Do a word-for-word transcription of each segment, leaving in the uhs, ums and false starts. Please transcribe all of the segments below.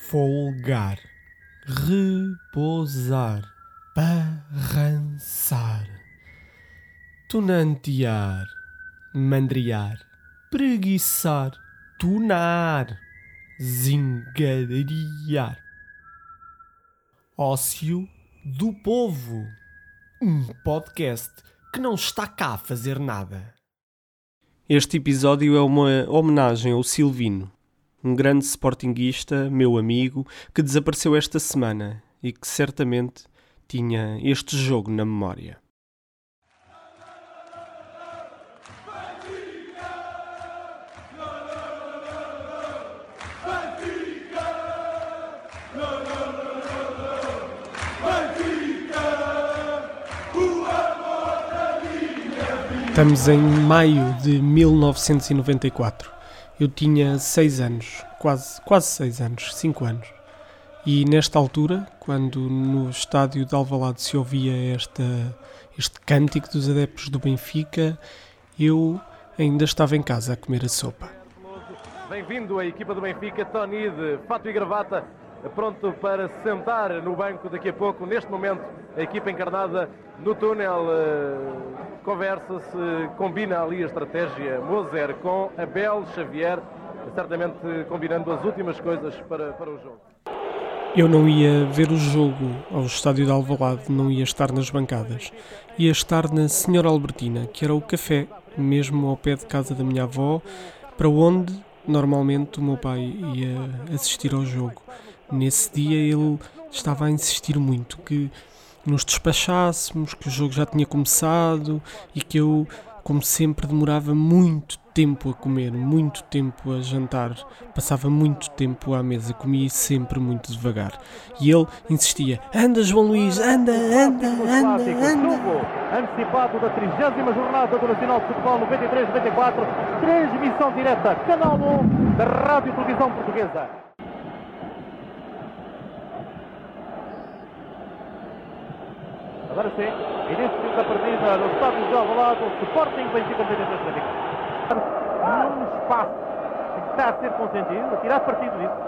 folgar, repousar, parrançar, tunantear, mandriar, preguiçar, tunar, zingariar. Ócio do Povo, um podcast que não está cá a fazer nada. Este episódio é uma homenagem ao Silvino, um grande sportinguista, meu amigo, que desapareceu esta semana e que certamente tinha este jogo na memória. Estamos em maio de mil novecentos e noventa e quatro. Eu tinha seis anos, quase, quase seis anos, cinco anos. E nesta altura, quando no estádio de Alvalade se ouvia esta, este cântico dos adeptos do Benfica, eu ainda estava em casa a comer a sopa. Bem-vindo à equipa do Benfica, Tony de fato e gravata, pronto para se sentar no banco daqui a pouco. Neste momento, a equipa encarnada no túnel uh, conversa-se, combina ali a estratégia Moser com Abel Xavier, certamente combinando as últimas coisas para, para o jogo. Eu não ia ver o jogo ao estádio de Alvalade, não ia estar nas bancadas. Ia estar na Senhora Albertina, que era o café, mesmo ao pé de casa da minha avó, para onde normalmente o meu pai ia assistir ao jogo. Nesse dia ele estava a insistir muito que nos despachássemos, que o jogo já tinha começado e que eu, como sempre, demorava muito tempo a comer, muito tempo a jantar, passava muito tempo à mesa, comia sempre muito devagar. E ele insistia: anda João Luís, anda, anda, anda, anda. Antecipado da trigésima jornada do Nacional de Futebol noventa e três noventa e quatro, transmissão direta, canal um da Rádio Televisão Portuguesa. Agora sim, início da partida no estádio de Alvalade, o Sporting Benfica noventa e três noventa e quatro. Num espaço que está a ser consentido, a tirar partido disso.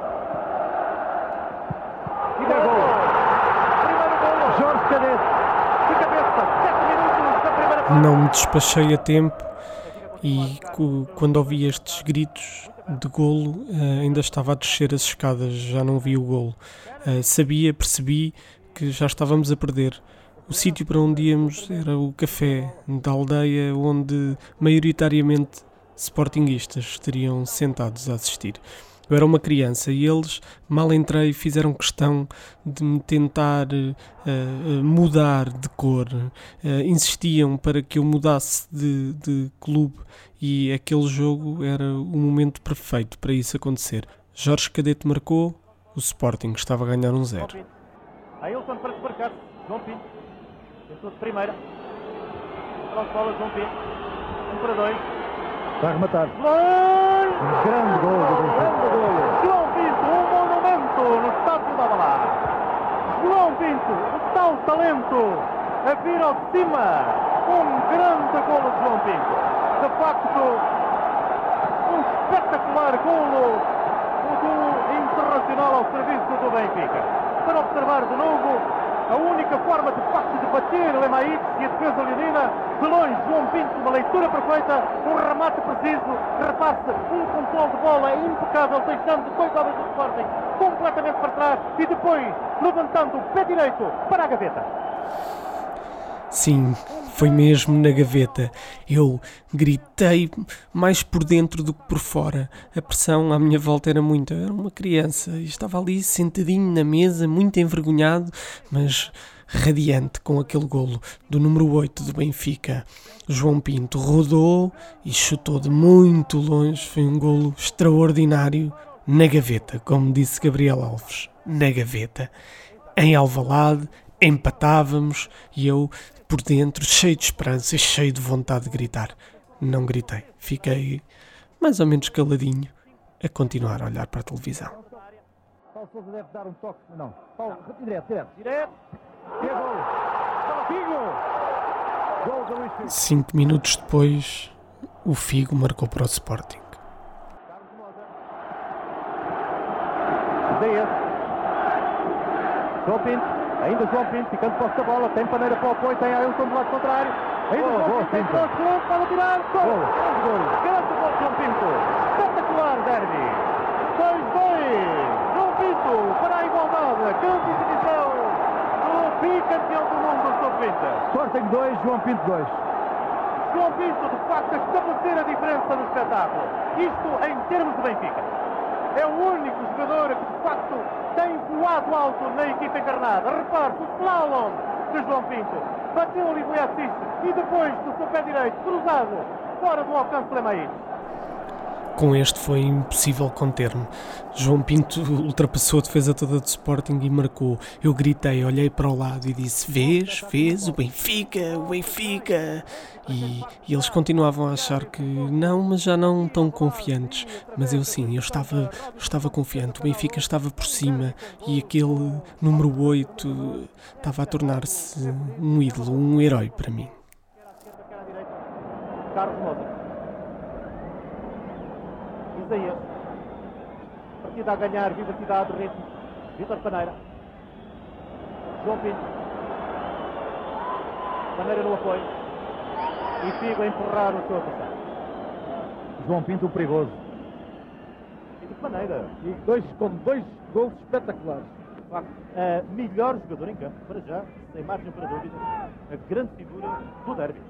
E dá gol. Primeiro gol, Jorge Cadete. De cabeça, sete minutos da primeira parte. Não me despachei a tempo e quando ouvi estes gritos de golo, ainda estava a descer as escadas, já não vi o golo. Sabia, percebi que já estávamos a perder. O sítio para onde íamos era o café da aldeia, onde maioritariamente sportinguistas estariam sentados a assistir. Eu era uma criança e eles, mal entrei, fizeram questão de me tentar uh, mudar de cor. Uh, insistiam para que eu mudasse de, de clube e aquele jogo era o momento perfeito para isso acontecer. Jorge Cadete marcou, o Sporting estava a ganhar um zero. Ailton para se marcar, João Pinto. Tentou de primeira. Pronto, bola João Pinto. Um para dois. Vai rematar. Gol! Grande gol do Benfica. Grande gol. João Pinto, um monumento no estádio de Alvalade. João Pinto, o tal talento a vir ao de cima. Um grande golo de João Pinto. De facto, um espetacular golo do Internacional ao serviço do Benfica. Para observar de novo a única forma de facto de bater o Emaíx e a defesa leonina, de longe João Pinto, uma leitura perfeita, um remate preciso, repassa, um controle de bola impecável, deixando dois homens do Sporting completamente para trás e depois levantando o pé direito para a gaveta. Sim, foi mesmo na gaveta. Eu gritei mais por dentro do que por fora. A pressão à minha volta era muita. Eu era uma criança e estava ali sentadinho na mesa, muito envergonhado, mas radiante com aquele golo do número oito do Benfica. João Pinto rodou e chutou de muito longe. Foi um golo extraordinário na gaveta, como disse Gabriel Alves. Na gaveta. Em Alvalade, empatávamos e eu, por dentro, cheio de esperança e cheio de vontade de gritar. Não gritei. Fiquei mais ou menos caladinho a continuar a olhar para a televisão. Paulo Sousa deve dar um toque. Não. Paulo, direto, direto. Direto. E é gol. Figo. Gol do Luís Figo. Cinco minutos depois, o Figo marcou para o Sporting. Zé João Pinto, ainda João Pinto, ficando posse da bola, tem Paneira para o apoio, tem Ailton do lado contrário. Ainda Boa, João boa, Pinto, tem Pinto. cross, gol, pode tirar, gol! Gol! Grande gol de João Pinto! Espetacular derby! dois dois! João Pinto para a igualdade, grande exibição do bicampeão do mundo sub vinte. Sporting dois, João Pinto dois. João Pinto, de facto, a estabelecer a diferença no espetáculo. Isto em termos de Benfica. É o único jogador que, de facto, tem voado alto na equipa encarnada. Repare, o slalom de João Pinto. Bateu ali o Assis e depois do seu pé direito, cruzado, fora do alcance de Lemaíz. Com este foi impossível conter-me. João Pinto ultrapassou a defesa toda do Sporting e marcou. Eu gritei, olhei para o lado e disse: vês, vês, o Benfica, o Benfica. E, e eles continuavam a achar que não, mas já não tão confiantes. Mas eu sim, eu estava, eu estava confiante. O Benfica estava por cima e aquele número oito estava a tornar-se um ídolo, um herói para mim. Carlos Mota. Isaías. Partida a ganhar, vivacidade, ritmo. Vítor Paneira. João Pinto. Paneira no apoio. E Figo a empurrar o seu adversário. João Pinto o perigoso. E de Paneira. E dois, com dois gols espetaculares. De facto, a melhor jogador em campo, para já, sem margem para dúvida, a grande figura do derby.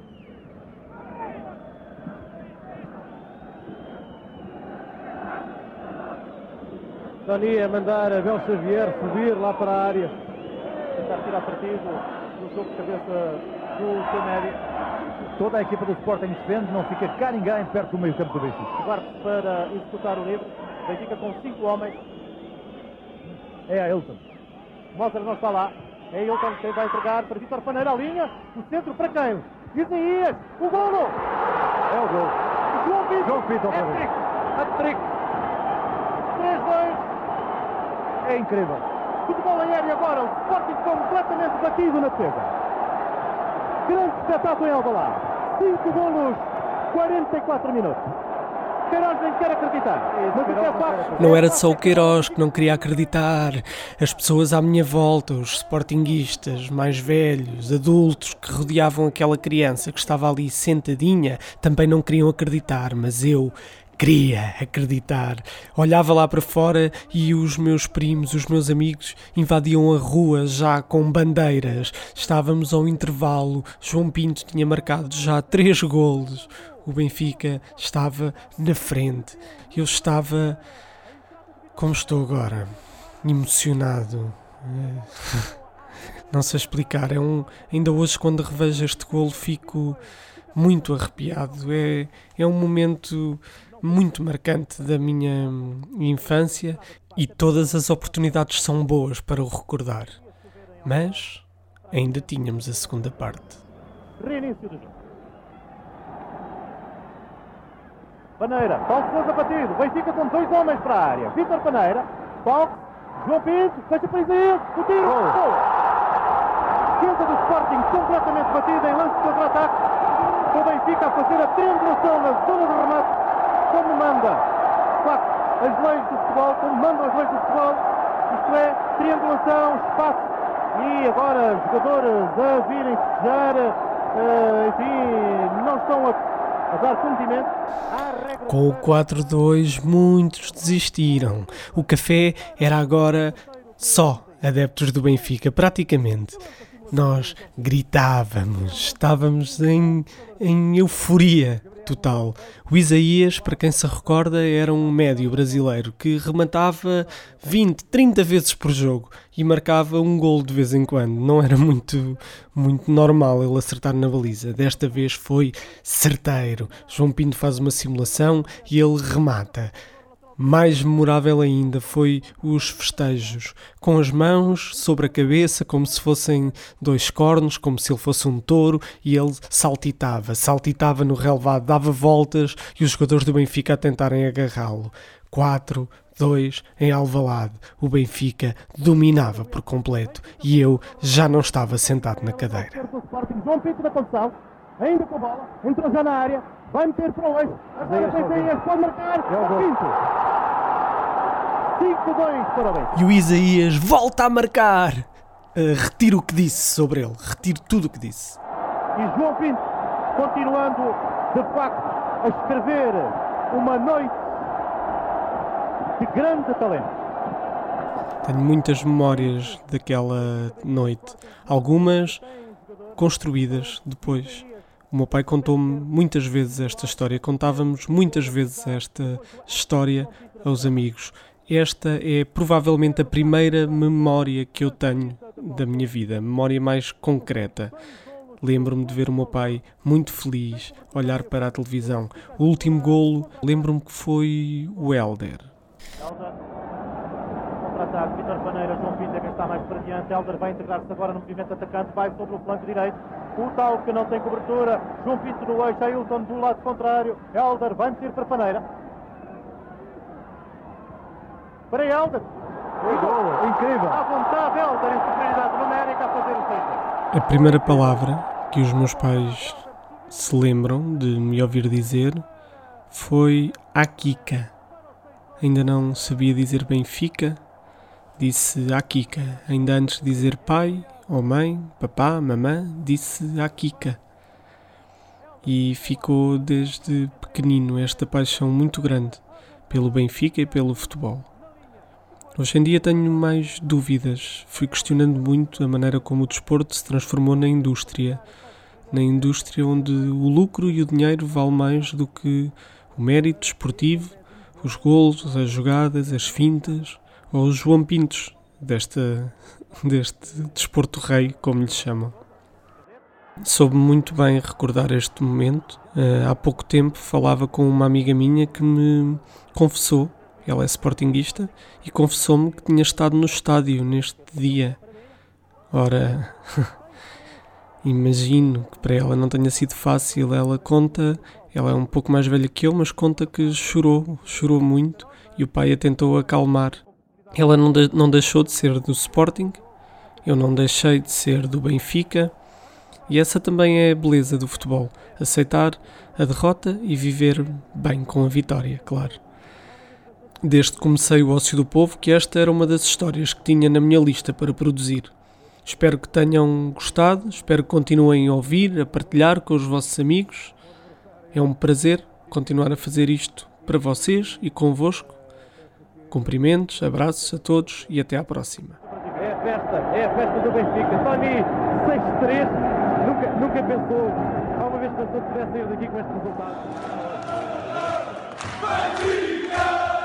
Tony a mandar Abel Xavier subir lá para a área. Tentar tirar partido do jogo de cabeça do seu médio. Toda a equipa do Sporting defende, não fica cá ninguém perto do meio campo do Benfica. Guarda-se para executar o livre. Benfica com cinco homens. É a Ailton. Mozart não está lá. É Ailton quem vai entregar para Vítor Paneira a linha. O centro para quem? Isaías. O golo! É o gol. João Pinto. João Pinto outra vez. Hat-trick. Hat-trick. três dois. É incrível. Futebol aéreo agora. O Sporting completamente batido na defesa. Grande espetáculo em Alvalade. cinco golos, quarenta e quatro minutos. Queiroz nem quer acreditar. Mas o que é facto, Não era só o Queiroz que não queria acreditar. As pessoas à minha volta, os sportinguistas mais velhos, adultos que rodeavam aquela criança que estava ali sentadinha, também não queriam acreditar, mas eu queria acreditar. Olhava lá para fora e os meus primos, os meus amigos, invadiam a rua já com bandeiras. Estávamos ao intervalo. João Pinto tinha marcado já três golos. O Benfica estava na frente. Eu estava como estou agora, emocionado. Não sei explicar. É um... Ainda hoje, quando revejo este golo, fico muito arrepiado. É, é um momento muito marcante da minha infância e todas as oportunidades são boas para o recordar. Mas ainda tínhamos a segunda parte. Reinício do jogo. Paneira, Paulo Sousa batido. Benfica com dois homens para a área. Vítor Paneira, Paulo, João Pinto, fecha para Isaías, o tiro, gol! Defesa do Sporting completamente batida em lance de contra-ataque. O Benfica a fazer a triangulação na zona de remate, como manda, de facto, as leis do futebol, como mandam as leis do futebol, isto é, triangulação, espaço, e agora os jogadores a virem festejar, uh, enfim, não estão a, a dar cumprimento. Com o quatro dois, muitos desistiram. O café era agora só adeptos do Benfica, praticamente. Nós gritávamos, estávamos em, em euforia total. O Isaías, para quem se recorda, era um médio brasileiro que rematava vinte, trinta vezes por jogo e marcava um golo de vez em quando. Não era muito, muito normal ele acertar na baliza. Desta vez foi certeiro. João Pinto faz uma simulação e ele remata. Mais memorável ainda foi os festejos, com as mãos sobre a cabeça, como se fossem dois cornos, como se ele fosse um touro, e ele saltitava, saltitava no relevado, dava voltas, e os jogadores do Benfica a tentarem agarrá-lo. quatro dois em Alvalade. O Benfica dominava por completo, e eu já não estava sentado na cadeira. João Pinto da condução, ainda com a bola, entrou já na área, vai meter para o eixo, agora tem Isaías, pode marcar, Pinto. cinco dois para o Benfica. E o Isaías volta a marcar. Uh, retiro o que disse sobre ele, retiro tudo o que disse. E João Pinto, continuando de facto a escrever uma noite de grande talento. Tenho muitas memórias daquela noite, algumas construídas depois. O meu pai contou-me muitas vezes esta história, contávamos muitas vezes esta história aos amigos. Esta é provavelmente a primeira memória que eu tenho da minha vida, a memória mais concreta. Lembro-me de ver o meu pai muito feliz, olhar para a televisão. O último golo, lembro-me que foi o Hélder. Contra-ataque, Vítor Paneira, João Pinto é quem está mais para diante. Hélder vai integrar-se agora no movimento atacante, vai sobre o flanco direito. O tal que não tem cobertura, João Pinto no eixo, Ailton do lado contrário. Hélder vai meter para Paneira. Para Hélder. Incrível. À vontade, Hélder em superioridade numérica a fazer o seis. A primeira palavra que os meus pais se lembram de me ouvir dizer foi Akika. Ainda não sabia dizer Benfica, disse Akika. Ainda antes de dizer pai ou mãe, papá, mamã, disse Akika. E ficou desde pequenino esta paixão muito grande pelo Benfica e pelo futebol. Hoje em dia tenho mais dúvidas. Fui questionando muito a maneira como o desporto se transformou na indústria. Na indústria onde o lucro e o dinheiro vale mais do que o mérito esportivo, os golos, as jogadas, as fintas ou os João Pintos desta, deste desporto rei, como lhe chamam. Soube muito bem recordar este momento. Há pouco tempo falava com uma amiga minha que me confessou, ela é sportinguista, e confessou-me que tinha estado no estádio neste dia. Ora, imagino que para ela não tenha sido fácil. Ela conta, ela é um pouco mais velha que eu, mas conta que chorou, chorou muito, e o pai a tentou acalmar. Ela não, de, não deixou de ser do Sporting, eu não deixei de ser do Benfica, e essa também é a beleza do futebol, aceitar a derrota e viver bem com a vitória, claro. Desde que comecei o Ócio do Povo, que esta era uma das histórias que tinha na minha lista para produzir. Espero que tenham gostado, espero que continuem a ouvir, a partilhar com os vossos amigos. É um prazer continuar a fazer isto para vocês e convosco. Cumprimentos, abraços a todos e até à próxima. É a festa, é a festa do Benfica. Tony, seis três, nunca, nunca pensou, alguma vez pensou que pudesse sair daqui com este resultado. Benfica!